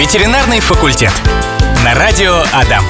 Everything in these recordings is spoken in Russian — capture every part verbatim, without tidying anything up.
Ветеринарный факультет. На радио Адам.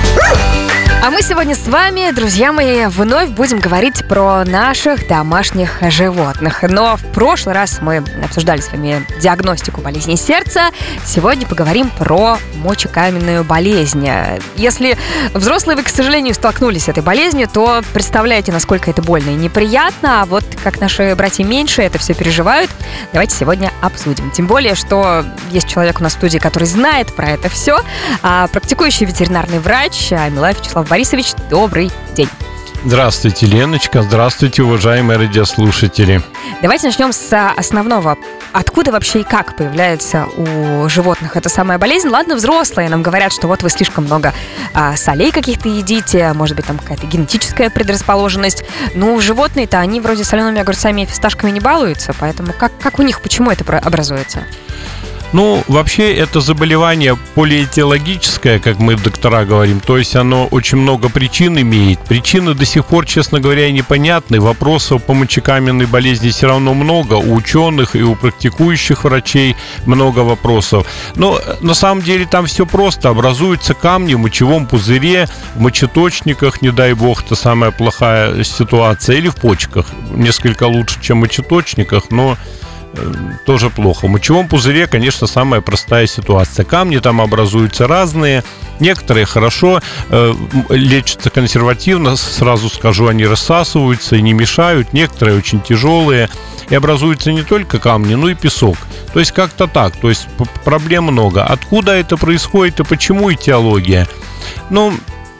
А мы сегодня с вами, друзья мои, вновь будем говорить про наших домашних животных. Но в прошлый раз мы обсуждали с вами диагностику болезни сердца. Сегодня поговорим про мочекаменную болезнь. Если взрослые вы, к сожалению, столкнулись с этой болезнью, то представляете, насколько это больно и неприятно. А вот как наши братья меньшие это все переживают, давайте сегодня обсудим. Тем более, что есть человек у нас в студии, который знает про это все. А практикующий ветеринарный врач Милаев Вячеслав Борисович, добрый день. Здравствуйте, Леночка. Здравствуйте, уважаемые радиослушатели. Давайте начнем с основного. Откуда вообще и как появляется у животных эта самая болезнь? Ладно, взрослые нам говорят, что вот вы слишком много а, солей каких-то едите, может быть, там какая-то генетическая предрасположенность. Но животные-то, они вроде солеными огурцами и фисташками не балуются, поэтому как, как у них, почему это образуется? Ну, вообще, это заболевание полиэтиологическое, как мы доктора говорим, то есть оно очень много причин имеет. Причины до сих пор, честно говоря, непонятны. Вопросов по мочекаменной болезни все равно много. У ученых и у практикующих врачей много вопросов. Но на самом деле там все просто. Образуются камни в мочевом пузыре, в мочеточниках, не дай бог, это самая плохая ситуация, или в почках. Несколько лучше, чем в мочеточниках, но тоже плохо. В мочевом пузыре, конечно, самая простая ситуация. Камни там образуются разные. Некоторые хорошо э, лечатся консервативно, сразу скажу, они рассасываются и не мешают. Некоторые очень тяжелые. И образуются не только камни, но и песок. То есть как-то так. То есть проблем много. Откуда это происходит и почему этиология? Ну,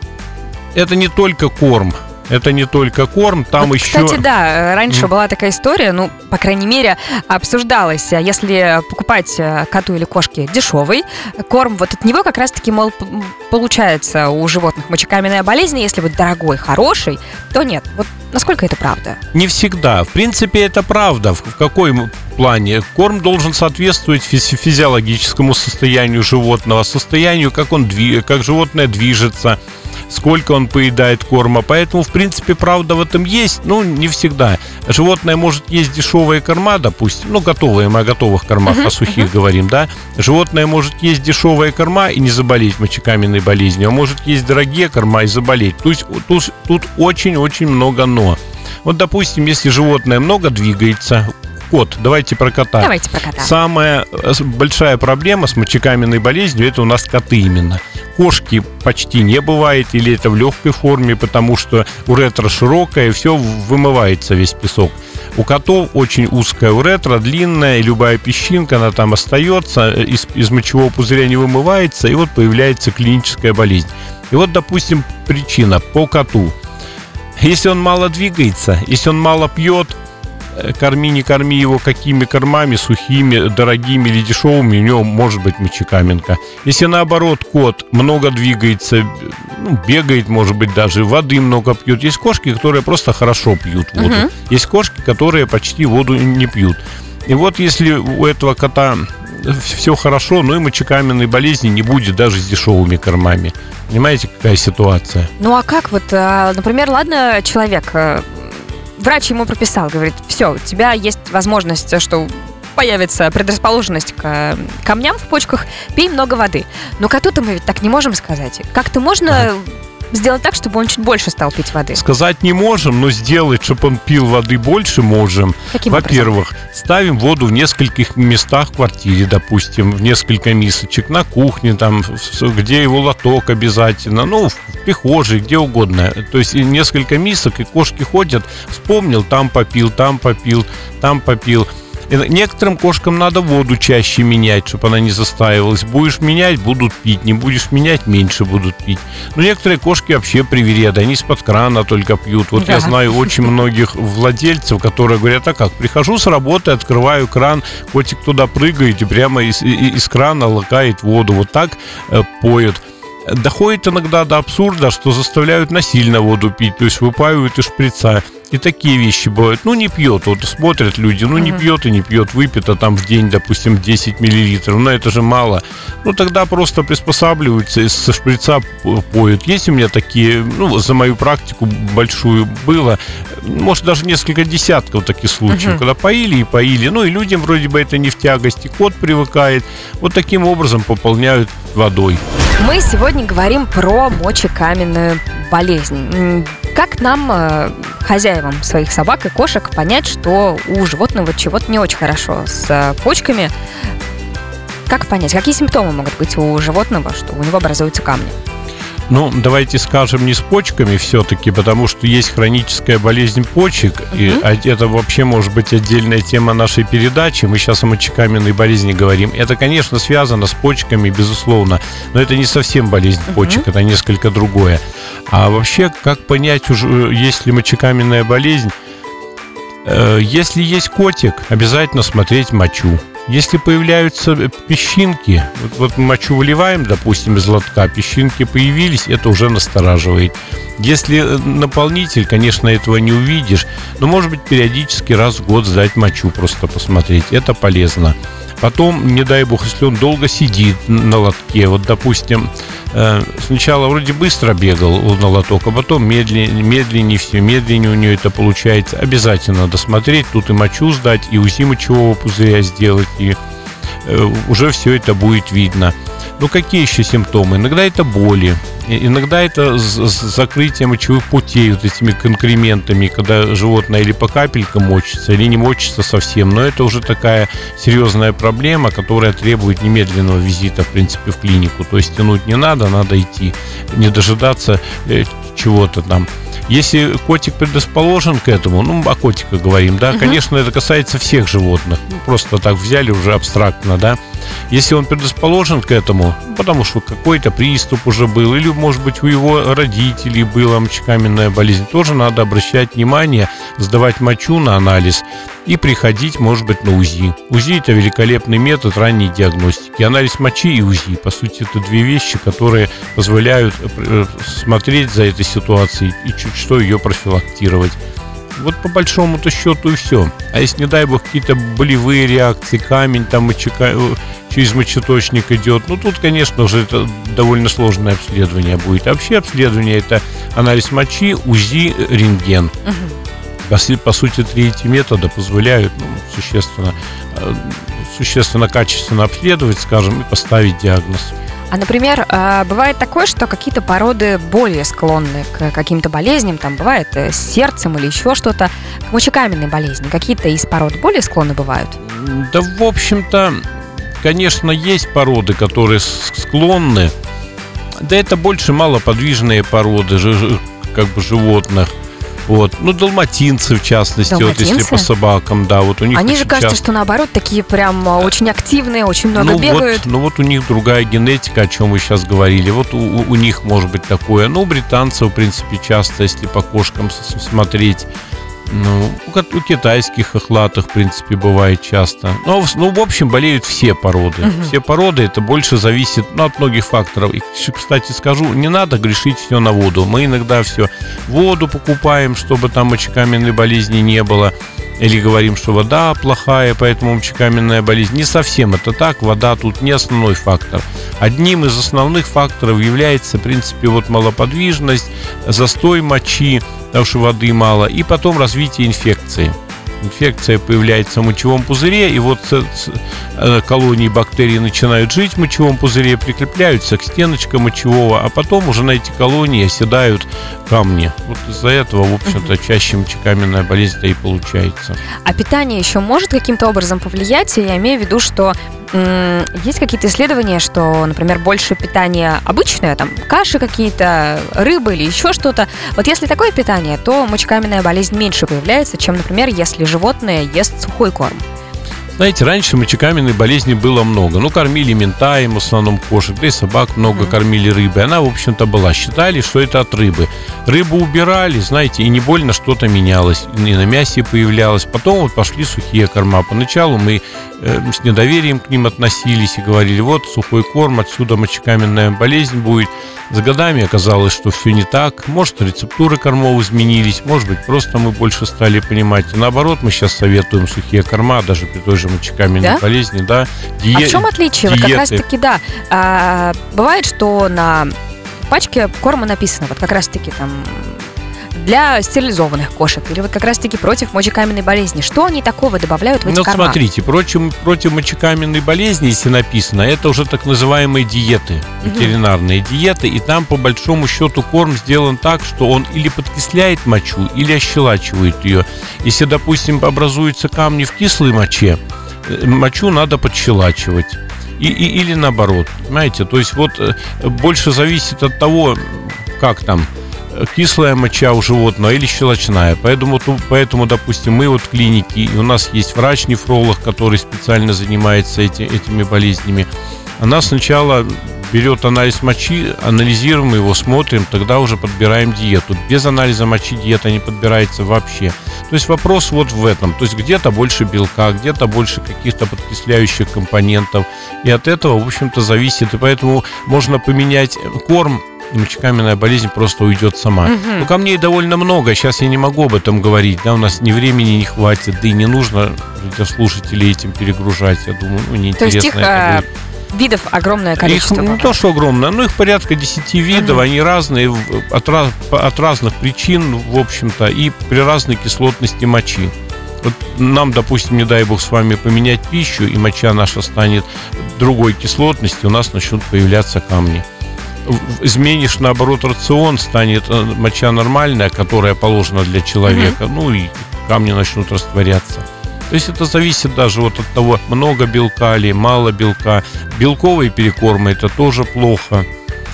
это не только корм. Это не только корм, там вот, еще... Кстати, да, раньше mm. была такая история, ну, по крайней мере, обсуждалось, если покупать коту или кошке дешевый корм, вот от него как раз-таки, мол, получается у животных мочекаменная болезнь, если вот дорогой, хороший, то нет. Вот насколько это правда? Не всегда. В принципе, это правда. В какой плане? Корм должен соответствовать физи- физиологическому состоянию животного, состоянию, как он дви- как животное движется, сколько он поедает корма. Поэтому, в принципе, правда в этом есть, но не всегда. Животное может есть дешевые корма, допустим, ну, готовые, мы о готовых кормах, uh-huh, о сухих uh-huh. говорим, да. Животное может есть дешевые корма и не заболеть мочекаменной болезнью, а может есть дорогие корма и заболеть. То есть тут, тут очень-очень много «но». Вот, допустим, если животное много двигается, кот, давайте про кота. Давайте про кота. Самая большая проблема с мочекаменной болезнью — это у нас коты именно. Кошки почти не бывает, или это в легкой форме, потому что уретра широкая, и все вымывается, весь песок. У котов очень узкая уретра, длинная, и любая песчинка, она там остается, из, из мочевого пузыря не вымывается, и вот появляется клиническая болезнь. И вот, допустим, причина по коту. Если он мало двигается, если он мало пьет, корми, не корми его какими кормами, сухими, дорогими или дешевыми, у него может быть мочекаменка. Если наоборот кот много двигается, ну, бегает, может быть, даже воды много пьет. Есть кошки, которые просто хорошо пьют воду. Uh-huh. Есть кошки, которые почти воду не пьют. И вот если у этого кота все хорошо, но и мочекаменной болезни не будет даже с дешевыми кормами. Понимаете, какая ситуация? Ну а как вот, например, ладно, человек... Врач ему прописал, говорит, все, у тебя есть возможность, что появится предрасположенность к камням в почках, пей много воды. Но коту-то мы ведь так не можем сказать. Как-то можно ага. сделать так, чтобы он чуть больше стал пить воды? Сказать не можем, но сделать, чтобы он пил воды больше, можем. Каким Во-первых, образом? Ставим воду в нескольких местах в квартире, допустим, в несколько мисочек, на кухне, там, где его лоток обязательно, ну, в прихожей, где угодно. То есть несколько мисок, и кошки ходят, вспомнил, там попил, там попил, там попил. И некоторым кошкам надо воду чаще менять, чтобы она не застаивалась. Будешь менять, будут пить. Не будешь менять, меньше будут пить. Но некоторые кошки вообще привереды. Они из-под крана только пьют. Вот да. Я знаю очень многих владельцев, которые говорят, а как, прихожу с работы, открываю кран, котик туда прыгает и прямо из, из крана лакает воду. Вот так э, поют. Доходит иногда до абсурда, что заставляют насильно воду пить, то есть выпаивают из шприца. И такие вещи бывают. Ну, не пьет. Вот смотрят люди, ну, не пьет и не пьет. Выпито там в день, допустим, десять миллилитров. Но это же мало. Ну, тогда просто приспосабливаются и со шприца поют. Есть у меня такие, ну, за мою практику большую было, может, даже несколько десятков таких случаев, uh-huh. когда поили и поили. Ну, и людям вроде бы это не в тягость. И кот привыкает. Вот таким образом пополняют водой. Мы сегодня говорим про мочекаменную болезнь. Как нам, хозяевам своих собак и кошек, понять, что у животного чего-то не очень хорошо с почками? Как понять, какие симптомы могут быть у животного, что у него образуются камни? Ну, давайте скажем не с почками все-таки, потому что есть хроническая болезнь почек, uh-huh. и это вообще может быть отдельная тема нашей передачи. Мы сейчас о мочекаменной болезни говорим. Это, конечно, связано с почками, безусловно, но это не совсем болезнь uh-huh. почек, это несколько другое. А вообще, как понять, уже, есть ли мочекаменная болезнь? Если есть котик, обязательно смотреть мочу. Если появляются песчинки, вот, вот мы мочу выливаем, допустим, из лотка, песчинки появились, это уже настораживает. Если наполнитель, конечно, этого не увидишь, но, может быть, периодически раз в год сдать мочу, просто посмотреть, это полезно. Потом, не дай бог, если он долго сидит на лотке, вот, допустим, сначала вроде быстро бегал на лоток, а потом медленнее, медленнее все, медленнее у нее это получается. Обязательно надо смотреть, тут и мочу сдать, и УЗИ мочевого пузыря сделать, и уже все это будет видно. Ну, какие еще симптомы? Иногда это боли, иногда это закрытие мочевых путей вот этими конкрементами, когда животное или по капелькам мочится, или не мочится совсем. Но это уже такая серьезная проблема, которая требует немедленного визита, в принципе, в клинику. То есть тянуть не надо, надо идти, не дожидаться чего-то там. Если котик предрасположен к этому, ну, о котике говорим, да, uh-huh. конечно, это касается всех животных. Ну, просто так взяли уже абстрактно, да. Если он предрасположен к этому, потому что какой-то приступ уже был, или, может быть, у его родителей была мочекаменная болезнь, тоже надо обращать внимание, сдавать мочу на анализ и приходить, может быть, на УЗИ. УЗИ – это великолепный метод ранней диагностики. Анализ мочи и УЗИ, по сути, это две вещи, которые позволяют смотреть за этой ситуацией и чуть что ее профилактировать. Вот по большому-то счету и все. А если, не дай бог, какие-то болевые реакции, камень там мочека... через мочеточник идет, ну тут, конечно же, это довольно сложное обследование будет. А вообще обследование – это анализ мочи, УЗИ, рентген. Угу. По сути, три эти метода позволяют ну, существенно, существенно качественно обследовать, скажем, и поставить диагноз. А, например, бывает такое, что какие-то породы более склонны к каким-то болезням, там бывает с сердцем или еще что-то, к мочекаменной болезни. Какие-то из пород более склонны бывают? Да, в общем-то, конечно, есть породы, которые склонны. Да это больше малоподвижные породы как бы животных. Вот. Ну, далматинцы, в частности, далматинцы? Вот если по собакам, да, вот у них. Они же, кажется, часто... что наоборот, такие прям очень активные, очень много ну, бегают. Вот, ну вот у них другая генетика, о чем вы сейчас говорили. Вот у, у них может быть такое. Ну, у британцев, в принципе, часто, если по кошкам смотреть. Ну, у китайских хохлатых, в принципе, бывает часто. Но, ну, в общем, болеют все породы. Угу. Все породы, это больше зависит ну, от многих факторов. И, кстати, скажу, не надо грешить все на воду. Мы иногда все воду покупаем, чтобы там мочекаменной болезни не было. Или говорим, что вода плохая, поэтому мочекаменная болезнь. Не совсем это так. Вода тут не основной фактор. Одним из основных факторов является, в принципе, вот малоподвижность, застой мочи, потому что воды мало, и потом развитие инфекции. Инфекция появляется в мочевом пузыре, и вот колонии бактерий начинают жить в мочевом пузыре, прикрепляются к стеночкам мочевого, а потом уже на эти колонии оседают камни. Вот из-за этого, в общем-то, чаще мочекаменная болезнь-то и получается. А питание еще может каким-то образом повлиять? Я имею в виду, что м- есть какие-то исследования, что, например, больше питания обычное, там, каши какие-то, рыбы или еще что-то. Вот если такое питание, то мочекаменная болезнь меньше появляется, чем, например, если животное ест сухой корм. Знаете, раньше мочекаменной болезни было много. Ну, кормили ментаем в основном кошек, да и собак много mm-hmm. кормили рыбой. Она, в общем-то, была. Считали, что это от рыбы. Рыбу убирали, знаете, и не больно что-то менялось. И на мясе появлялось. Потом вот пошли сухие корма. Поначалу мы э, с недоверием к ним относились и говорили, вот сухой корм, отсюда мочекаменная болезнь будет. За годами оказалось, что все не так. Может, рецептуры кормов изменились, может быть, просто мы больше стали понимать. И наоборот, мы сейчас советуем сухие корма, даже при той же мочекаменной да? болезни. Да? Ди... А в чем отличие? Вот как раз-таки, да. А, бывает, что на пачке корма написано, вот как раз-таки там для стерилизованных кошек или вот как раз-таки против мочекаменной болезни. Что они такого добавляют в эти ну, корма? Ну, смотрите, против, против мочекаменной болезни, если написано, это уже так называемые диеты, ветеринарные угу. диеты, и там, по большому счету, корм сделан так, что он или подкисляет мочу, или ощелачивает ее. Если, допустим, образуются камни в кислой моче, мочу надо подщелачивать. И, и, или наоборот, понимаете? То есть вот больше зависит от того, как там, кислая моча у животного или щелочная. Поэтому, поэтому, допустим, мы вот в клинике, и у нас есть врач-нефролог, который специально занимается эти, этими болезнями. Она сначала берет анализ мочи, анализируем его, смотрим, тогда уже подбираем диету. Без анализа мочи диета не подбирается вообще. То есть вопрос вот в этом. То есть где-то больше белка, где-то больше каких-то подкисляющих компонентов. И от этого, в общем-то, зависит. И поэтому можно поменять корм, и мочекаменная болезнь просто уйдет сама. Угу. Но камней довольно много. Сейчас я не могу об этом говорить. Да, у нас ни времени не хватит, да и не нужно для слушателей этим перегружать. Я думаю, ну, неинтересно. То есть их это будет. Видов огромное количество. Их не то, что огромное, но их порядка десяти видов. Угу. Они разные от, раз, от разных причин, в общем-то, и при разной кислотности мочи. Вот нам, допустим, не дай бог с вами поменять пищу, и моча наша станет другой кислотности, у нас начнут появляться камни. Изменишь, наоборот, рацион, станет моча нормальная, которая положена для человека, mm-hmm. ну и камни начнут растворяться. То есть это зависит даже вот от того, много белка или мало белка. Белковые перекормы – это тоже плохо.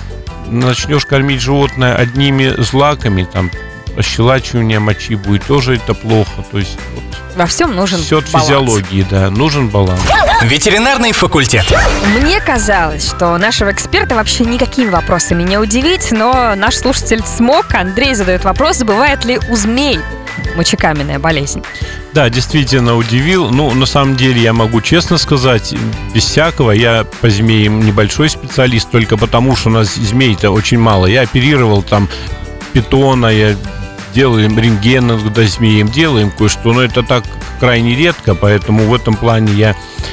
Начнешь кормить животное одними злаками, там, ощелачивание мочи будет, тоже это плохо. То есть вот, во всем нужен все от баланс. Физиологии, да, нужен баланс. Ветеринарный факультет. Мне казалось, что нашего эксперта вообще никакими вопросами не удивить, но наш слушатель смог. Андрей задает вопрос, бывает ли у змей мочекаменная болезнь? Да, действительно удивил. Ну, на самом деле, я могу честно сказать, без всякого, я по змеям небольшой специалист, только потому, что у нас змей-то очень мало. Я оперировал там питона, я делаем рентген над змеем, делаем кое-что, но это так крайне редко, поэтому в этом плане я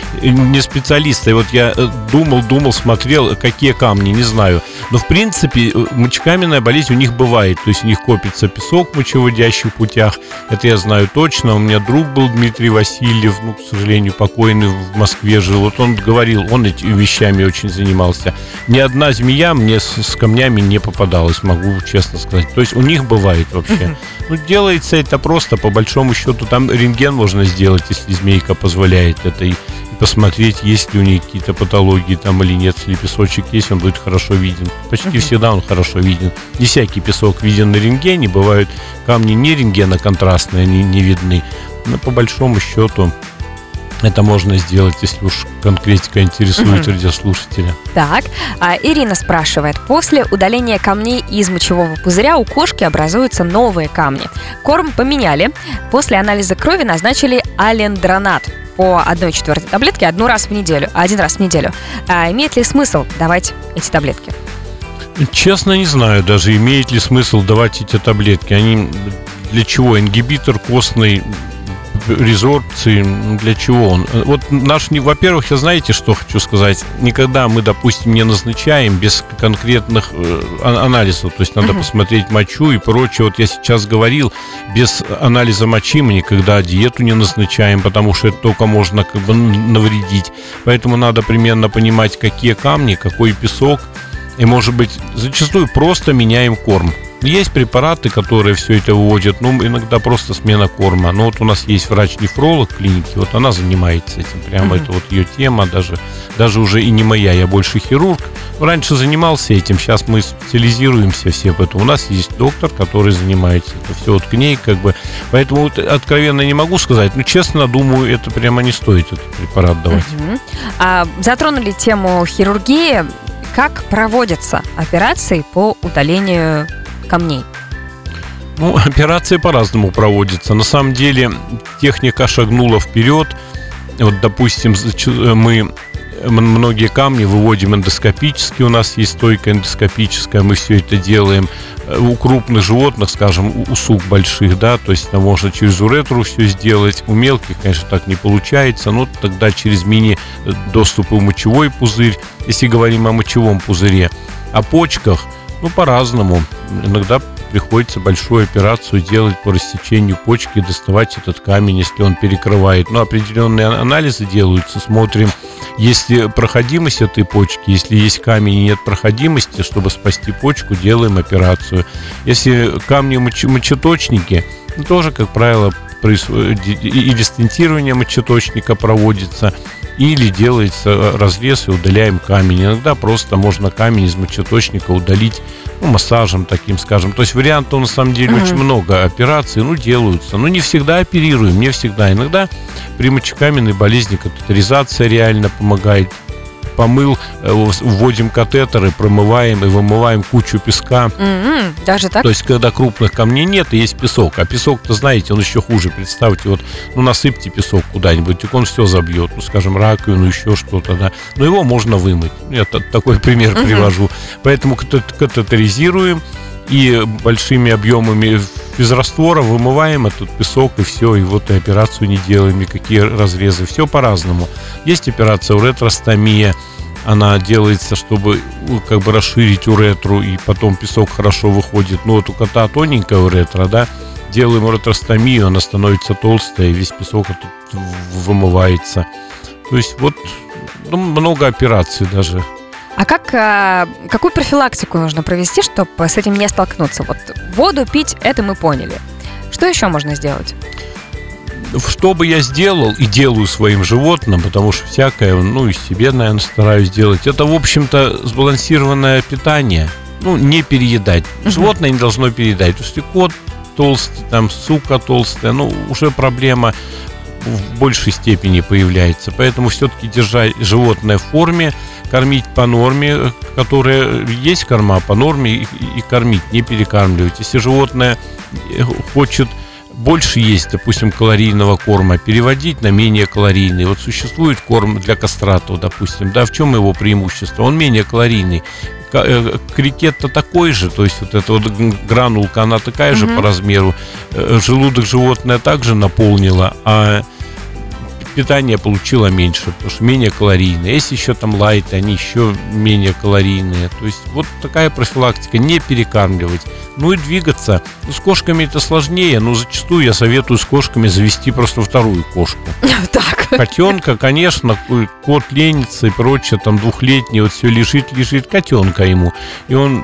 не специалист. И вот я думал, думал, смотрел, какие камни, не знаю. Но, в принципе, мочекаменная болезнь у них бывает. То есть у них копится песок в мочевыводящих путях. Это я знаю точно. У меня друг был Дмитрий Васильев, ну, к сожалению, покойный, в Москве жил. Вот он говорил, он этими вещами очень занимался. Ни одна змея мне с, с камнями не попадалась, могу честно сказать. То есть у них бывает вообще. Ну, делается это просто, по большому счету. Там рентген можно сделать, если змейка позволяет это, и посмотреть, есть ли у них какие-то патологии там или нет. Если песочек есть, он будет хорошо виден. Почти uh-huh. всегда он хорошо виден. Не всякий песок виден на рентгене. Бывают камни не рентгеноконтрастные, они не видны. Но по большому счету это можно сделать, если уж конкретика интересует uh-huh. радиослушателя. Так, а Ирина спрашивает. После удаления камней из мочевого пузыря у кошки образуются новые камни. Корм поменяли. После анализа крови назначили алендронат по одной четвертой таблетки одну раз в неделю, один раз в неделю. А имеет ли смысл давать эти таблетки? Честно, не знаю даже, имеет ли смысл давать эти таблетки. Они для чего? Ингибитор костной резорбции, для чего он? Вот наш, во-первых, я знаете, что хочу сказать? Никогда мы, допустим, не назначаем без конкретных э, анализов. То есть надо uh-huh. посмотреть мочу и прочее. Вот я сейчас говорил, без анализа мочи мы никогда диету не назначаем, потому что это только можно как бы навредить. Поэтому надо примерно понимать, какие камни, какой песок. И, может быть, зачастую просто меняем корм. Есть препараты, которые все это выводят, но иногда просто смена корма. Но вот у нас есть врач-нефролог в клинике, вот она занимается этим. Прямо mm-hmm. это вот ее тема, даже, даже уже и не моя. Я больше хирург, Раньше занимался этим, сейчас мы специализируемся все, поэтому у нас есть доктор, который занимается это все, вот к ней как бы. Поэтому вот откровенно не могу сказать, но честно думаю, это прямо не стоит этот препарат давать. Угу. А, затронули тему хирургии. Как проводятся операции по удалению камней? Ну, операции по-разному проводятся. На самом деле техника шагнула вперед. Вот, допустим, мы многие камни выводим эндоскопически. У нас есть стойка эндоскопическая, мы все это делаем. У крупных животных, скажем, у сук больших, да, то есть там можно через уретру все сделать. У мелких, конечно, так не получается, но тогда через мини-доступы в мочевой пузырь, если говорим о мочевом пузыре. О почках, ну, по-разному. Иногда приходится большую операцию делать по рассечению почки, доставать этот камень, если он перекрывает. Но определенные анализы делаются, смотрим, есть ли проходимость этой почки. Если есть камень и нет проходимости, чтобы спасти почку, делаем операцию. Если камни мочеточники, ну, тоже, как правило, происходит, или стентирование мочеточника проводится, или делается разрез и удаляем камень. Иногда просто можно камень из мочеточника удалить, ну, массажем таким, скажем. То есть вариантов на самом деле uh-huh. очень много. Операций, ну, делаются. Но не всегда оперируем, не всегда. Иногда при мочекаменной болезни катетеризация реально помогает. Помыл, вводим катетеры, промываем и вымываем кучу песка. Mm-hmm. Даже так? То есть, когда крупных камней нет, и есть песок. А песок-то, знаете, он еще хуже. Представьте, вот, ну, насыпьте песок куда-нибудь, и он все забьет. Ну, скажем, раковину, еще что-то, да. Но его можно вымыть. Я такой пример mm-hmm. привожу. Поэтому катетеризируем и большими объемами физраствора вымываем этот песок, и все, и вот и операцию не делаем, никакие разрезы. Все по-разному. Есть операция уретростомия. Она делается, чтобы как бы расширить уретру, и потом песок хорошо выходит. Ну, вот у кота тоненькая уретра, да, делаем уретростомию, она становится толстая, и весь песок этот вымывается. То есть вот, ну, много операций даже. А как, а, какую профилактику нужно провести, чтобы с этим не столкнуться? Вот воду пить, это мы поняли. Что еще можно сделать? Что бы я сделал и делаю своим животным, потому что всякое, ну, и себе, наверное, стараюсь делать, это, в общем-то, сбалансированное питание. Ну, не переедать. Животное не должно переедать. Если кот толстый, там, сука толстая, ну, уже проблема в большей степени появляется. Поэтому все-таки держать животное в форме, кормить по норме, которая есть корма по норме, и, и кормить, не перекармливать. Если животное хочет больше есть, допустим, калорийного корма, переводить на менее калорийный. Вот существует корм для кастратов, допустим, да, в чем его преимущество? Он менее калорийный. Крикет-то такой же, то есть вот эта вот гранулка, она такая mm-hmm. же по размеру. Желудок животное также наполнило, а питание получило меньше, потому что менее калорийное. Есть еще там лайты, они еще менее калорийные. То есть вот такая профилактика, не перекармливать. Ну и двигаться. Ну, с кошками это сложнее, но зачастую я советую с кошками завести просто вторую кошку. Так. Котенка, конечно, кот ленится и прочее, там двухлетний, вот все лежит, лежит, котенка ему. И он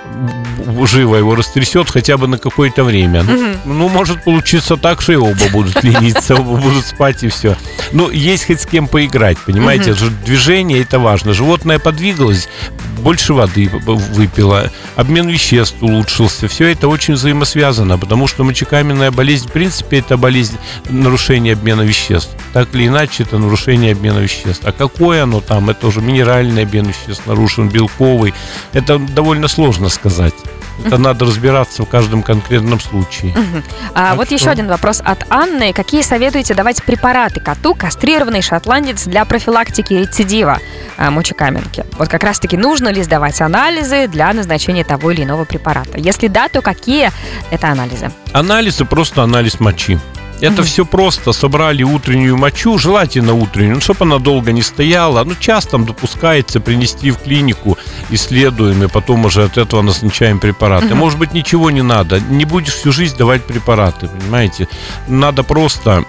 живо его растрясет хотя бы на какое-то время. Mm-hmm. Ну, может получиться так, что и оба будут лениться, оба будут спать и все. Но есть хоть с кем поиграть, понимаете? Mm-hmm. Это же движение, это важно. Животное подвигалось, больше воды выпило, обмен веществ улучшился. Все это очень взаимосвязано, потому что мочекаменная болезнь, в принципе, это болезнь нарушения обмена веществ. Так или иначе, это нарушение обмена веществ. А какое оно там? Это уже минеральный обмен веществ нарушен, белковый. Это довольно сложно сказать. Это uh-huh. надо разбираться в каждом конкретном случае. Uh-huh. А вот что? Еще один вопрос от Анны. Какие советуете давать препараты коту, кастрированный шотландец, для профилактики рецидива а, мочекаменки? Вот как раз-таки нужно ли сдавать анализы для назначения того или иного препарата? Если да, то какие это анализы? Анализы, просто анализ мочи. Это mm-hmm. все просто. Собрали утреннюю мочу, желательно утреннюю, ну, чтобы она долго не стояла. Ну, часто допускается принести в клинику, исследуем, и потом уже от этого назначаем препараты. Mm-hmm. Может быть, ничего не надо. Не будешь всю жизнь давать препараты, понимаете? Надо просто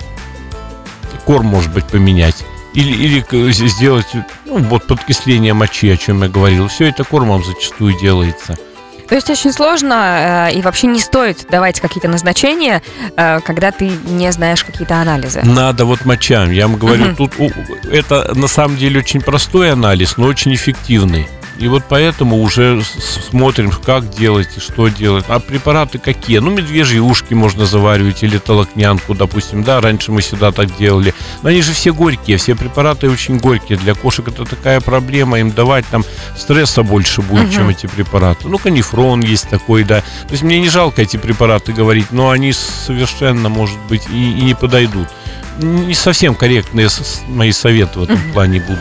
корм, может быть, поменять. Или, или сделать, ну, вот подкисление мочи, о чем я говорил. Все это кормом зачастую делается. То есть очень сложно э, и вообще не стоит давать какие-то назначения, э, когда ты не знаешь какие-то анализы. Надо вот моча. Я вам говорю, uh-huh. тут у, это на самом деле очень простой анализ, но очень эффективный. И вот поэтому уже смотрим, как делать и что делать. А препараты какие? Ну, медвежьи ушки можно заваривать или толокнянку, допустим. Да, раньше мы всегда так делали. Но они же все горькие, все препараты очень горькие. Для кошек это такая проблема. Им давать там стресса больше будет, uh-huh. чем эти препараты. Ну, канифрон есть такой, да. То есть мне не жалко эти препараты говорить, но они совершенно, может быть, и, и не подойдут. Не совсем корректные мои советы в этом uh-huh. плане будут.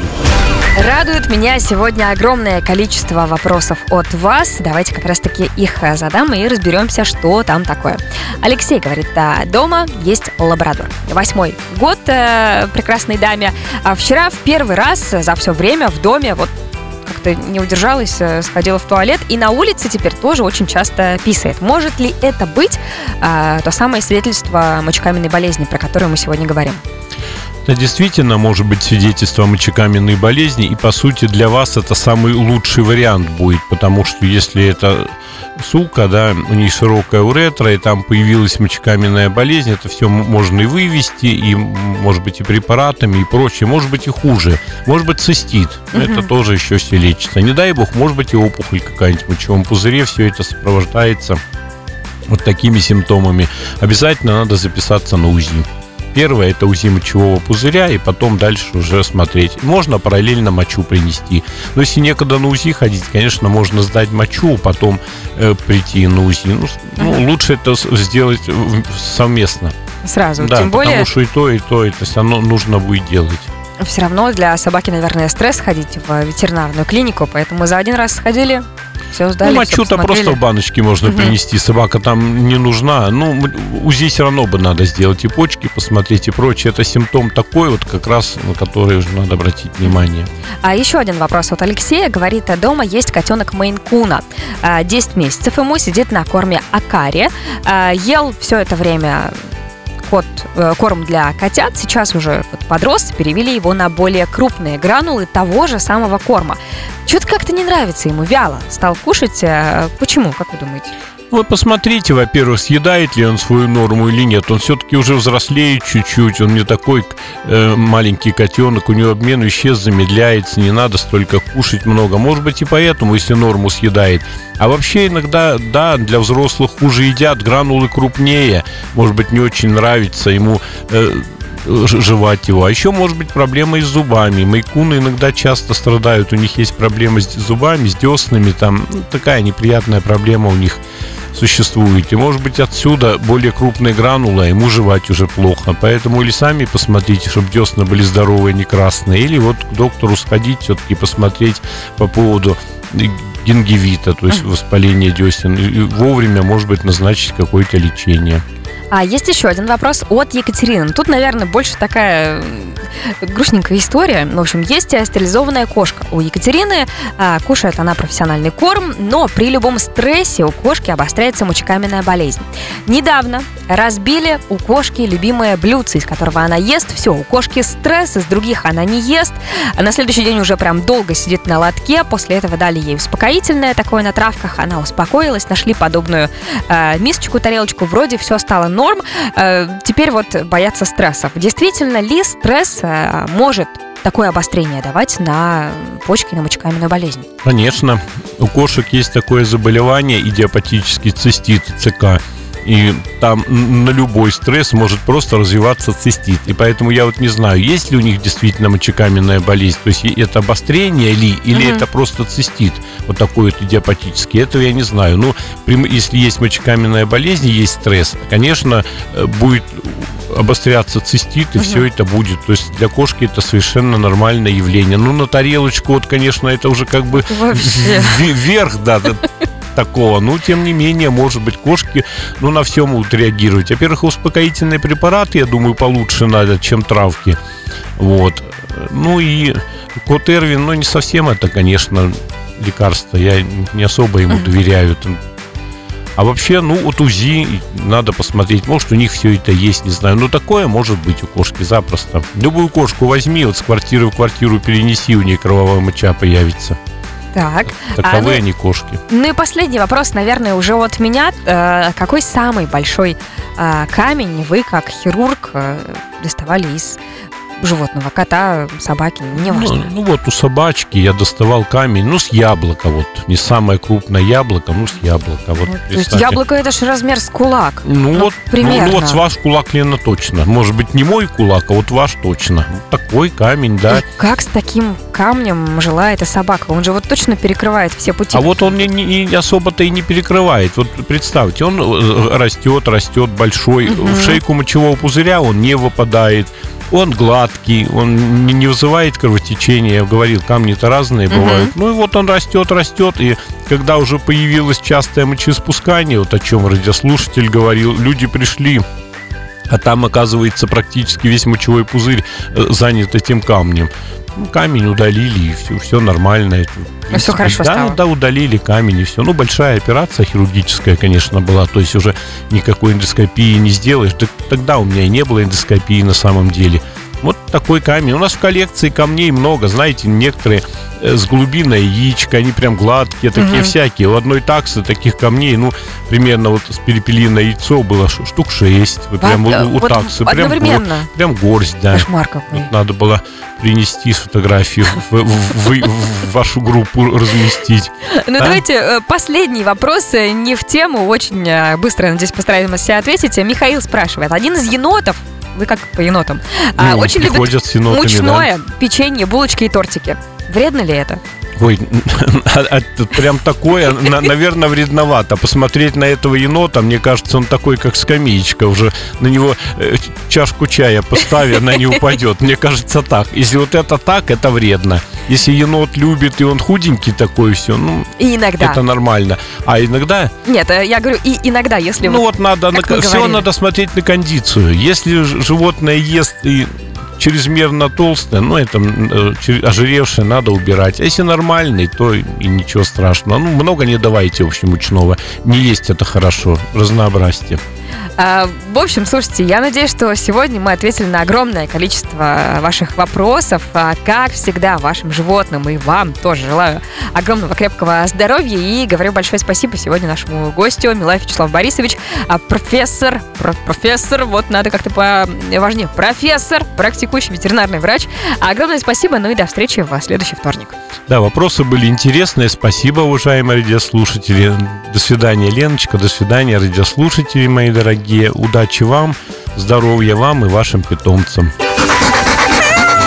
Радует меня сегодня огромное количество вопросов от вас. Давайте как раз-таки их задам и разберемся, что там такое. Алексей говорит, да, дома есть лабрадор. Восьмой год э, прекрасной даме. А вчера в первый раз за все время в доме вот как-то не удержалась, сходила в туалет, и на улице теперь тоже очень часто писает. Может ли это быть э, то самое свидетельство мочекаменной болезни, про которую мы сегодня говорим? Это действительно может быть свидетельство мочекаменной болезни, и по сути для вас это самый лучший вариант будет, потому что если это сука, да, у нее широкая уретра, и там появилась мочекаменная болезнь, это все можно и вывести, и может быть и препаратами, и прочее, может быть и хуже, может быть цистит, uh-huh. это тоже еще все лечится. Не дай бог, может быть и опухоль какая-нибудь в мочевом пузыре, все это сопровождается вот такими симптомами. Обязательно надо записаться на УЗИ. Первое – это УЗИ мочевого пузыря, и потом дальше уже смотреть. Можно параллельно мочу принести. Но если некогда на УЗИ ходить, конечно, можно сдать мочу, потом э, прийти на УЗИ. Ну, ну, лучше это сделать совместно. Сразу, да, тем более... потому что и то, и то, это все равно нужно будет делать. Все равно для собаки, наверное, стресс ходить в ветеринарную клинику, поэтому за один раз сходили, все сдали, ну, мочу-то просто в баночке можно угу. принести, собака там не нужна. Ну, УЗИ все равно бы надо сделать, и почки посмотреть, и прочее. Это симптом такой вот, как раз на который уже надо обратить внимание. А еще один вопрос от Алексея. Говорит, дома есть котенок Мейн-куна. десять месяцев ему, сидит на корме Акари. Ел все это время... Кот, э, корм для котят, сейчас уже вот подрос, перевели его на более крупные гранулы того же самого корма. Что-то как-то не нравится ему, вяло стал кушать. Э, почему, как вы думаете? Вы посмотрите, во-первых, съедает ли он свою норму или нет. Он все-таки уже взрослеет чуть-чуть, он не такой э, маленький котенок, у него обмен веществ замедляется, не надо столько кушать много. Может быть и поэтому, если норму съедает. А вообще иногда, да, для взрослых хуже едят, гранулы крупнее, может быть, не очень нравится ему... Э, жевать его. А еще может быть проблема и с зубами. Мейкуны иногда часто страдают. У них есть проблемы с зубами, с деснами. Там ну, такая неприятная проблема у них существует. И может быть отсюда более крупные гранулы, а ему жевать уже плохо. Поэтому или сами посмотрите, чтобы десна были здоровые, не красные. Или вот к доктору сходить все-таки посмотреть по поводу гингивита, то есть воспаления десен. И вовремя, может быть, назначить какое-то лечение. А есть еще один вопрос от Екатерины. Тут, наверное, больше такая грустненькая история. В общем, есть стерилизованная кошка. У Екатерины а, кушает она профессиональный корм, но при любом стрессе у кошки обостряется мочекаменная болезнь. Недавно разбили у кошки любимое блюдце, из которого она ест. Все, у кошки стресс, из других она не ест. А на следующий день уже прям долго сидит на лотке. После этого дали ей успокоительное такое на травках. Она успокоилась, нашли подобную э, мисочку, тарелочку. Вроде все стало норм. Э, теперь вот боятся стрессов. Действительно ли стресс э, может такое обострение давать на почки, на мочекаменную болезнь? Конечно. У кошек есть такое заболевание, идиопатический цистит, ЦК. И там на любой стресс может просто развиваться цистит. И поэтому я вот не знаю, есть ли у них действительно мочекаменная болезнь. То есть это обострение ли, или uh-huh. это просто цистит, вот такой вот идиопатический. Этого я не знаю. Ну, если есть мочекаменная болезнь, есть стресс, конечно, будет обостряться цистит, и uh-huh. все это будет. То есть для кошки это совершенно нормальное явление. Ну, на тарелочку, вот, конечно, это уже как бы вверх, да, такого, но тем не менее, может быть, кошки, ну, на все могут реагировать. Во-первых, успокоительные препараты, я думаю, получше надо, чем травки. Вот. Ну и кот Эрвин, ну, не совсем это, конечно, лекарство. Я не особо ему доверяю. А вообще, ну, вот УЗИ надо посмотреть. Может, у них все это есть, не знаю. Но такое может быть у кошки запросто. Любую кошку возьми, вот с квартиры в квартиру перенеси, у нее кровавая моча появится. Так. Таковы а, они кошки. Ну и последний вопрос, наверное, уже от меня. Какой самый большой камень вы, как хирург, доставали из животного, кота, собаки, неважно. Ну, ну вот у собачки я доставал камень, ну, с яблока вот. Не самое крупное яблоко, ну, с яблока. Вот, Ну, то есть яблоко это же размер с кулак. Ну, вот, примерно. ну, вот с ваш кулак, Лена, точно. Может быть, не мой кулак, а вот ваш точно. Вот такой камень, да. И как с таким камнем жила эта собака? Он же вот точно перекрывает все пути. А вот он не, не- не особо-то и не перекрывает. Вот представьте, он э, растет, растет большой. Мгм. В шейку мочевого пузыря он не выпадает. Он гладкий, он не, не вызывает кровотечения. Я говорил, камни-то разные Мгм. бывают. Ну и вот он растет, растет. И когда уже появилось частое мочеиспускание, вот о чем радиослушатель говорил, люди пришли, а там, оказывается, практически весь мочевой пузырь э, занят этим камнем. Ну, камень удалили, и все, все нормально. Это, в принципе, всё хорошо да, стало. да, удалили камень, и все. Ну, большая операция хирургическая, конечно, была. То есть уже никакой эндоскопии не сделаешь. Так тогда у меня и не было эндоскопии на самом деле. Вот такой камень. У нас в коллекции камней много. Знаете, некоторые э, с глубиной яичко, они прям гладкие, такие Мгм. всякие. У одной таксы таких камней, ну, примерно вот с перепелиное яйцо было ш- штук шесть. Вот прям А, у, у вот таксы. Прям, го- одновременно. прям горсть, да. Кошмар какой. Вот надо было принести фотографию, в, в- в- в вашу группу разместить. Ну, А? давайте э, последний вопрос, э, не в тему, очень э, быстро, надеюсь, постараемся ответить. Михаил спрашивает. Один из енотов, вы как по енотам, а, Ну, очень любит приходят с енотами, мучное, печенье, булочки и тортики. Вредно ли это? Ой, а- а тут прям такое, на- наверное, вредновато. Посмотреть на этого енота, мне кажется, он такой, как скамеечка. Уже на него э, чашку чая постави, она не упадет. Мне кажется, так. Если вот это так, это вредно. Если енот любит, и он худенький такой, все, ну, И иногда. это нормально. А иногда, Нет, э, я говорю, и иногда, если ну вот... вот надо, как на, вы все говорили. надо смотреть на кондицию. Если ж- животное ест и чрезмерно толстое, ну, это э, чер- ожиревшее, надо убирать. А если нормальный, то и ничего страшного. Ну, много не давайте, в общем, мучного. Не есть это хорошо. Разнообразие. А, в общем, слушайте, я надеюсь, что сегодня мы ответили на огромное количество ваших вопросов. А, как всегда, вашим животным и вам тоже желаю огромного крепкого здоровья. И говорю большое спасибо сегодня нашему гостю Милаев Вячеслав Борисович, а, профессор, про- профессор, вот надо как-то поважнее, профессор, практикующий ветеринарный врач. Огромное спасибо, ну и до встречи в следующий вторник. Да, вопросы были интересные. Спасибо, уважаемые радиослушатели. До свидания, Леночка. До свидания, радиослушатели мои дорогие. Удачи вам, здоровья вам и вашим питомцам.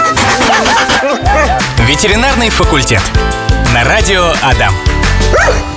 Ветеринарный факультет. На радио Адам.